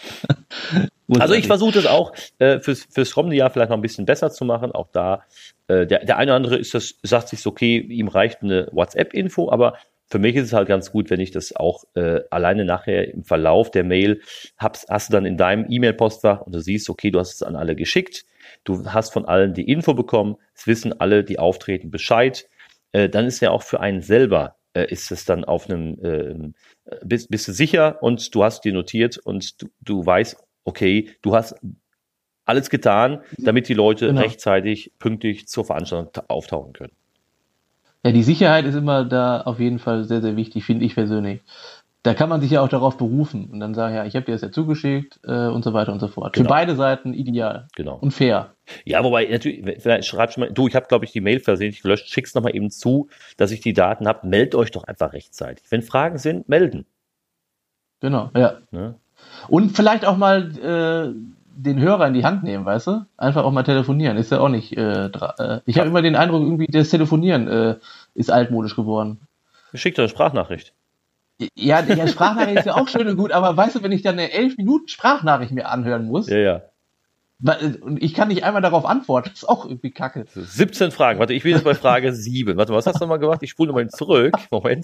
Also ich versuche das auch äh, fürs, fürs kommende Jahr vielleicht noch ein bisschen besser zu machen. Auch da, äh, der, der eine oder andere ist das, sagt sich okay, ihm reicht eine WhatsApp-Info, aber für mich ist es halt ganz gut, wenn ich das auch äh, alleine nachher im Verlauf der Mail hab's, hast du dann in deinem E-Mail-Postfach und du siehst, okay, du hast es an alle geschickt, du hast von allen die Info bekommen, es wissen alle, die auftreten, Bescheid. Äh, dann ist ja auch für einen selber, äh, ist es dann auf einem, äh, bist, bist du sicher und du hast dir notiert und du, du weißt, okay, du hast alles getan, damit die Leute Genau. rechtzeitig, pünktlich zur Veranstaltung ta- auftauchen können. Ja, die Sicherheit ist immer da auf jeden Fall sehr, sehr wichtig, finde ich persönlich. Da kann man sich ja auch darauf berufen und dann sagen, ja, ich habe dir das ja zugeschickt äh, und so weiter und so fort. Genau. Für beide Seiten ideal Genau. und fair. Ja, wobei, natürlich, vielleicht schreibst du mal, du, ich habe, glaube ich, die Mail versehentlich gelöscht, schick's nochmal eben zu, dass ich die Daten habe, meldet euch doch einfach rechtzeitig. Wenn Fragen sind, melden. Genau, ja. Ne? Und vielleicht auch mal äh, den Hörer in die Hand nehmen, weißt du? Einfach auch mal telefonieren, ist ja auch nicht äh, dra- äh, ich habe immer den Eindruck, irgendwie das Telefonieren äh, ist altmodisch geworden. Schickt euch eine Sprachnachricht. Ja, ja, Sprachnachricht ist ja auch schön und gut, aber weißt du, wenn ich dann eine elf Minuten Sprachnachricht mir anhören muss, Ja, ja. weil- und ich kann nicht einmal darauf antworten, das ist auch irgendwie kacke. So, siebzehn Fragen. Warte, ich bin jetzt bei Frage sieben. Warte, was hast du nochmal gemacht? Ich spule nochmal zurück. Moment.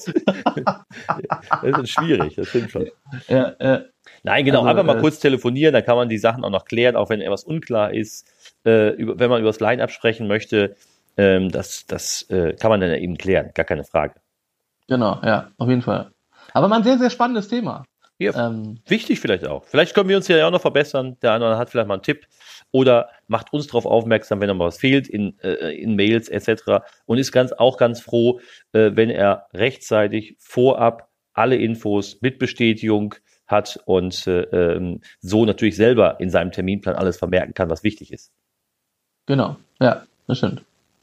Das ist schwierig, das stimmt schon. Ja, äh, Nein, genau, Also, einfach mal äh, kurz telefonieren, dann kann man die Sachen auch noch klären, auch wenn etwas unklar ist. Äh, über, wenn man über das Line-Up sprechen möchte, ähm, das, das äh, kann man dann eben klären, gar keine Frage. genau, ja, auf jeden Fall. Aber mal ein sehr, sehr spannendes Thema. Ja, Ähm, wichtig vielleicht auch. Vielleicht können wir uns ja auch noch verbessern. Der eine oder andere hat vielleicht mal einen Tipp oder macht uns darauf aufmerksam, wenn noch mal was fehlt in, äh, in Mails et cetera. Und ist ganz auch ganz froh, äh, wenn er rechtzeitig vorab alle Infos mit Bestätigung hat und äh, ähm, so natürlich selber in seinem Terminplan alles vermerken kann, was wichtig ist. genau, ja, das stimmt.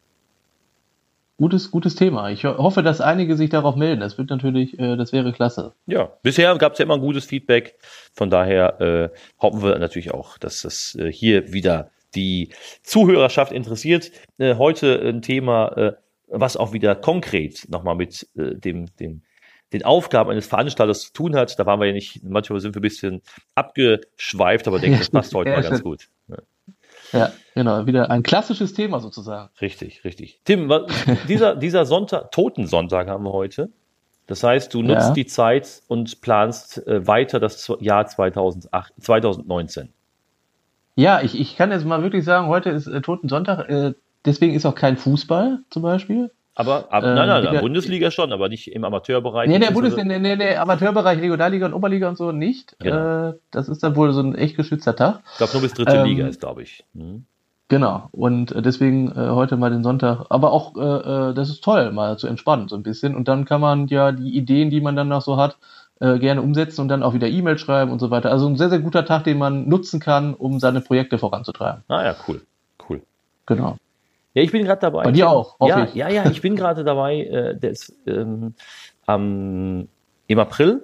Gutes, gutes Thema. Ich ho- hoffe, dass einige sich darauf melden. Das wird natürlich, äh, das wäre klasse. Ja, bisher gab es ja immer ein gutes Feedback. Von daher äh, hoffen wir natürlich auch, dass das äh, hier wieder die Zuhörerschaft interessiert. Äh, heute ein Thema, äh, was auch wieder konkret nochmal mit äh, dem, dem, den Aufgaben eines Veranstalters zu tun hat. Da waren wir ja nicht, manchmal sind wir ein bisschen abgeschweift, aber ich denke, das passt heute Ja, mal ganz stimmt. gut. Ja, Ja, genau, wieder ein klassisches Thema sozusagen. richtig, richtig. Tim, was, dieser, dieser Sonntag, Totensonntag haben wir heute. Das heißt, du nutzt Ja. die Zeit und planst äh, weiter das Jahr zweitausendacht, zweitausendneunzehn. Ja, ich, ich kann jetzt mal wirklich sagen, heute ist äh, Totensonntag, äh, deswegen ist auch kein Fußball zum Beispiel. Aber, aber Ähm, nein, nein, wieder- nein, Bundesliga schon, aber nicht im Amateurbereich. Nee, der beziehungsweise- Bundesliga, nee, nee, Amateurbereich, Regionalliga und Oberliga und so nicht. Genau. Äh, das ist dann wohl so ein echt geschützter Tag. Ich glaube, nur bis dritte Ähm, Liga ist, glaube ich. Mhm. Genau. Und äh, deswegen äh, heute mal den Sonntag. Aber auch, äh, äh, das ist toll, mal zu entspannen so ein bisschen. Und dann kann man ja die Ideen, die man dann noch so hat, äh, gerne umsetzen und dann auch wieder E-Mail schreiben und so weiter. Also ein sehr, sehr guter Tag, den man nutzen kann, um seine Projekte voranzutreiben. Ah ja, cool, cool. Genau. Ja, ich bin gerade dabei. Bei dir auch, hoffe Ja, ich. ja, ja, ich bin gerade dabei. Äh, der ist, ähm, am, im April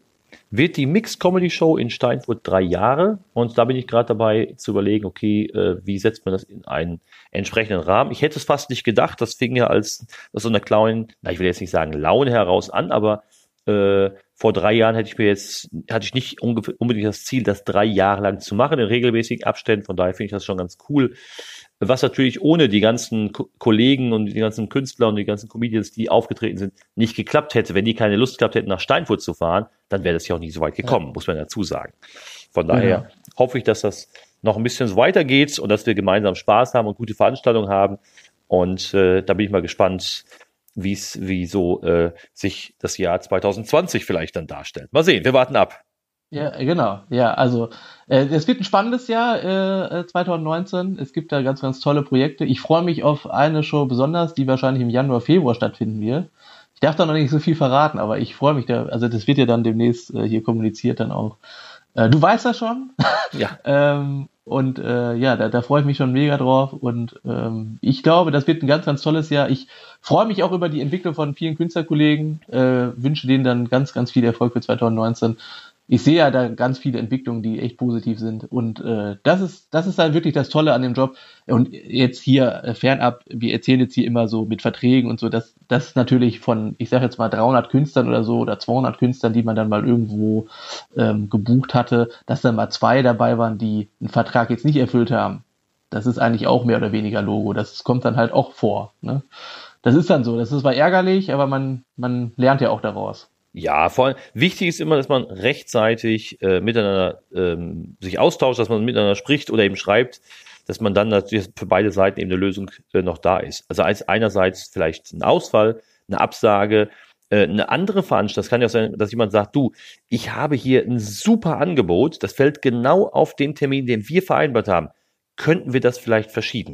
wird die Mixed-Comedy-Show in Steinfurt drei Jahre. Und da bin ich gerade dabei zu überlegen, okay, äh, wie setzt man das in einen entsprechenden Rahmen. Ich hätte es fast nicht gedacht. Das fing ja als aus so einer kleinen, na, ich will jetzt nicht sagen Laune heraus an, aber äh, vor drei Jahren hätte ich mir jetzt, hatte ich nicht unbedingt das Ziel, das drei Jahre lang zu machen, in regelmäßigen Abständen. Von daher finde ich das schon ganz cool. Was natürlich ohne die ganzen Ko- Kollegen und die ganzen Künstler und die ganzen Comedians, die aufgetreten sind, nicht geklappt hätte. Wenn die keine Lust gehabt hätten, nach Steinfurt zu fahren, dann wäre das ja auch nicht so weit gekommen, ja. Muss man dazu sagen. Von daher ja. hoffe ich, dass das noch ein bisschen so weitergeht und dass wir gemeinsam Spaß haben und gute Veranstaltungen haben. Und äh, da bin ich mal gespannt, wie es, wie so äh, sich das Jahr zwanzig zwanzig vielleicht dann darstellt. Mal sehen, wir warten ab. Ja, genau. Ja, also äh, es wird ein spannendes Jahr äh, zwanzig neunzehn. Es gibt da ganz, ganz tolle Projekte. Ich freue mich auf eine Show besonders, die wahrscheinlich im Januar, Februar stattfinden wird. Ich darf da noch nicht so viel verraten, aber ich freue mich da. Also das wird ja dann demnächst äh, hier kommuniziert dann auch. Äh, du weißt das schon. Ja. ähm, und äh, ja, da, da freue ich mich schon mega drauf. Und ähm, ich glaube, das wird ein ganz, ganz tolles Jahr. Ich freue mich auch über die Entwicklung von vielen Künstlerkollegen. Äh, wünsche denen dann ganz, ganz viel Erfolg für zwanzig neunzehn. Ich sehe ja da ganz viele Entwicklungen, die echt positiv sind. Und äh, das ist das ist halt wirklich das Tolle an dem Job. Und jetzt hier äh, fernab, wir erzählen jetzt hier immer so mit Verträgen und so, dass das ist natürlich von, ich sage jetzt mal dreihundert Künstlern oder so oder zweihundert Künstlern, die man dann mal irgendwo ähm, gebucht hatte, dass dann mal zwei dabei waren, die einen Vertrag jetzt nicht erfüllt haben. Das ist eigentlich auch mehr oder weniger Logo. Das kommt dann halt auch vor. Ne? Das ist dann so. Das ist zwar ärgerlich, aber man man lernt ja auch daraus. Ja, vor allem wichtig ist immer, dass man rechtzeitig äh, miteinander ähm, sich austauscht, dass man miteinander spricht oder eben schreibt, dass man dann natürlich für beide Seiten eben eine Lösung äh, noch da ist. Also als einerseits vielleicht ein Ausfall, eine Absage, äh, eine andere Veranstaltung. Das kann ja auch sein, dass jemand sagt, du, ich habe hier ein super Angebot, das fällt genau auf den Termin, den wir vereinbart haben. Könnten wir das vielleicht verschieben?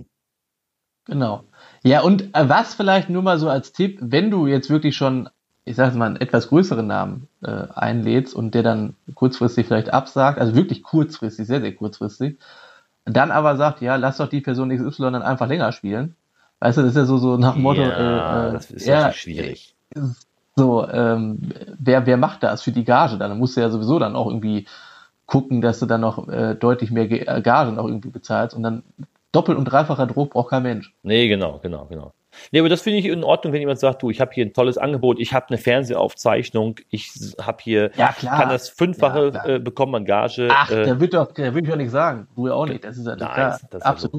Genau. Ja, und äh, was vielleicht nur mal so als Tipp, wenn du jetzt wirklich schon, ich sage mal, einen etwas größeren Namen äh, einlädst und der dann kurzfristig vielleicht absagt, also wirklich kurzfristig, sehr, sehr kurzfristig, dann aber sagt, ja, lass doch die Person X Y dann einfach länger spielen. Weißt du, das ist ja so, so nach dem Motto, ja, äh, das ist ja, natürlich schwierig. So, ähm, wer, wer macht das für die Gage dann? Dann musst du ja sowieso dann auch irgendwie gucken, dass du dann noch äh, deutlich mehr Ge- Gage noch irgendwie bezahlst und dann doppelt und dreifacher Druck braucht kein Mensch. Nee, genau, genau, genau. Nee, aber das finde ich in Ordnung, wenn jemand sagt, du, ich habe hier ein tolles Angebot, ich habe eine Fernsehaufzeichnung, ich habe hier, Ja, klar. kann das Fünffache Ja, äh, bekommen an Gage. Ach, äh, der wird doch, der will ich auch nicht sagen. Du ja auch nicht. Das ist ja nein, klar. das ist Absolut.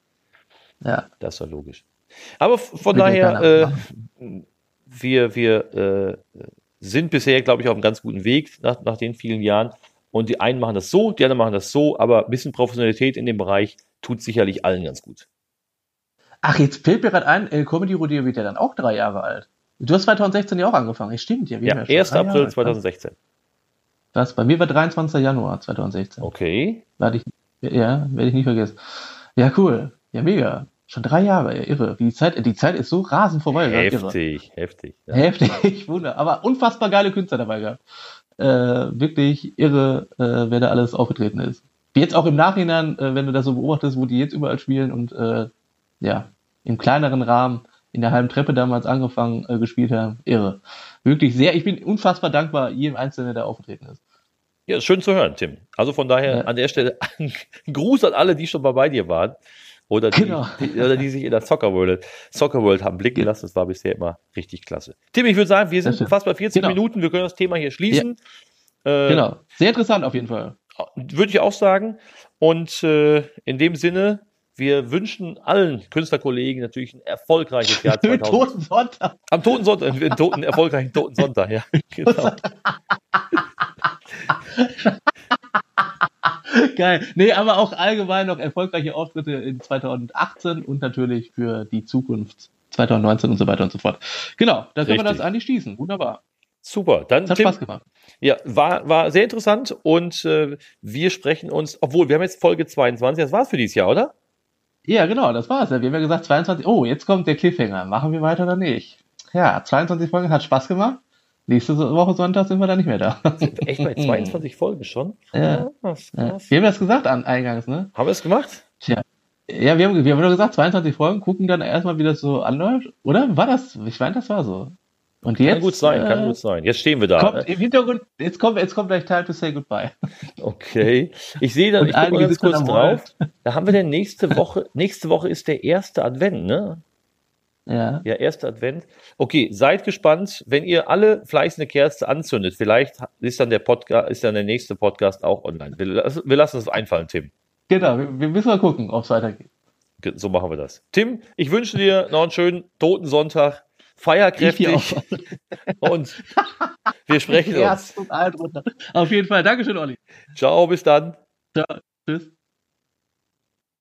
Ja logisch. Ja. Das ist ja logisch. Aber f- von Will ja daher, keiner äh, wir, wir äh, sind bisher, glaube ich, auf einem ganz guten Weg nach, nach den vielen Jahren. Und die einen machen das so, die anderen machen das so, aber ein bisschen Professionalität in dem Bereich tut sicherlich allen ganz gut. Ach, jetzt fällt mir gerade ein, El Comedy Rodeo wird ja dann auch drei Jahre alt. Du hast zwanzig sechzehn ja auch angefangen. Das stimmt ja. Wir haben Ja, schon erster drei April Jahre. zwanzig sechzehn. Was? Bei mir war dreiundzwanzigster Januar zwanzig sechzehn. Okay. Werde ich, ja, werde ich nie vergessen. Ja, cool. Ja, mega. Schon drei Jahre, ja, irre. Die Zeit, die Zeit ist so rasend vorbei. irre. Heftig, heftig. Ja. Heftig, wunder. Aber unfassbar geile Künstler dabei gehabt. Äh, wirklich irre, äh, wer da alles aufgetreten ist. Jetzt auch im Nachhinein, äh, wenn du das so beobachtest, wo die jetzt überall spielen und äh, ja, im kleineren Rahmen in der halben Treppe damals angefangen äh, gespielt haben. Irre. Wirklich sehr, ich bin unfassbar dankbar, jedem Einzelnen, der aufgetreten ist. Ja, ist schön zu hören, Tim. Also von daher Ja. an der Stelle ein Gruß an alle, die schon mal bei dir waren. Oder die, Genau. die, oder die sich in der Soccer World, Soccer World haben blicken lassen. Das war bisher immer richtig klasse. Tim, ich würde sagen, wir sind stimmt. fast bei vierzehn Genau. Minuten. Wir können das Thema hier schließen. Äh, Genau. Sehr interessant auf jeden Fall. Würde ich auch sagen. Und äh, in dem Sinne, wir wünschen allen Künstlerkollegen natürlich ein erfolgreiches Jahr zweitausend. Toten Sonntag. Am Toten Sonntag, einen toten, erfolgreichen Toten Sonntag, ja. Genau. Geil. Nee, aber auch allgemein noch erfolgreiche Auftritte in zwanzig achtzehn und natürlich für die Zukunft zwanzig neunzehn und so weiter und so fort. Genau, da können wir Richtig. das eigentlich schließen. Wunderbar. Super. Dann, Es hat Tim, Spaß gemacht. ja, war, war sehr interessant und äh, wir sprechen uns, obwohl wir haben jetzt Folge zweiundzwanzig, das war's für dieses Jahr, oder? Ja, genau, das war's. Ja. Wir haben ja gesagt, zweiundzwanzig. Oh, jetzt kommt der Cliffhanger. Machen wir weiter oder nicht? Ja, zweiundzwanzig Folgen, hat Spaß gemacht. Nächste Woche Sonntag sind wir dann nicht mehr da. Sind wir echt bei zweiundzwanzig Folgen schon? Ja. krass, Ja. krass. Wir haben das gesagt an eingangs, ne? Haben wir es gemacht? Tja. Ja, wir haben, wir haben nur gesagt, zweiundzwanzig Folgen, gucken dann erstmal, wie das so anläuft. Oder? War das? Ich meine, das war so. Und jetzt, kann gut sein, äh, kann gut sein. Jetzt stehen wir da. Kommt Ne? im Hintergrund, jetzt kommt, jetzt kommt gleich Time to Say Goodbye. Okay. Ich sehe da, Und ich gucke mal einige ganz sitzen kurz am drauf. Da haben wir denn nächste Woche, nächste Woche ist der erste Advent, ne? Ja. Ja, erster Advent. Okay, seid gespannt, wenn ihr alle fleißig eine Kerze anzündet. Vielleicht ist dann der Podcast, ist dann der nächste Podcast auch online. Wir, wir lassen uns einfallen, Tim. Genau, wir, wir müssen mal gucken, ob es weitergeht. So machen wir das. Tim, ich wünsche dir noch einen schönen Totensonntag. Feierkräftig. Und wir sprechen uns. Auf jeden Fall. Dankeschön, Olli. Ciao, bis dann. Ciao. Tschüss.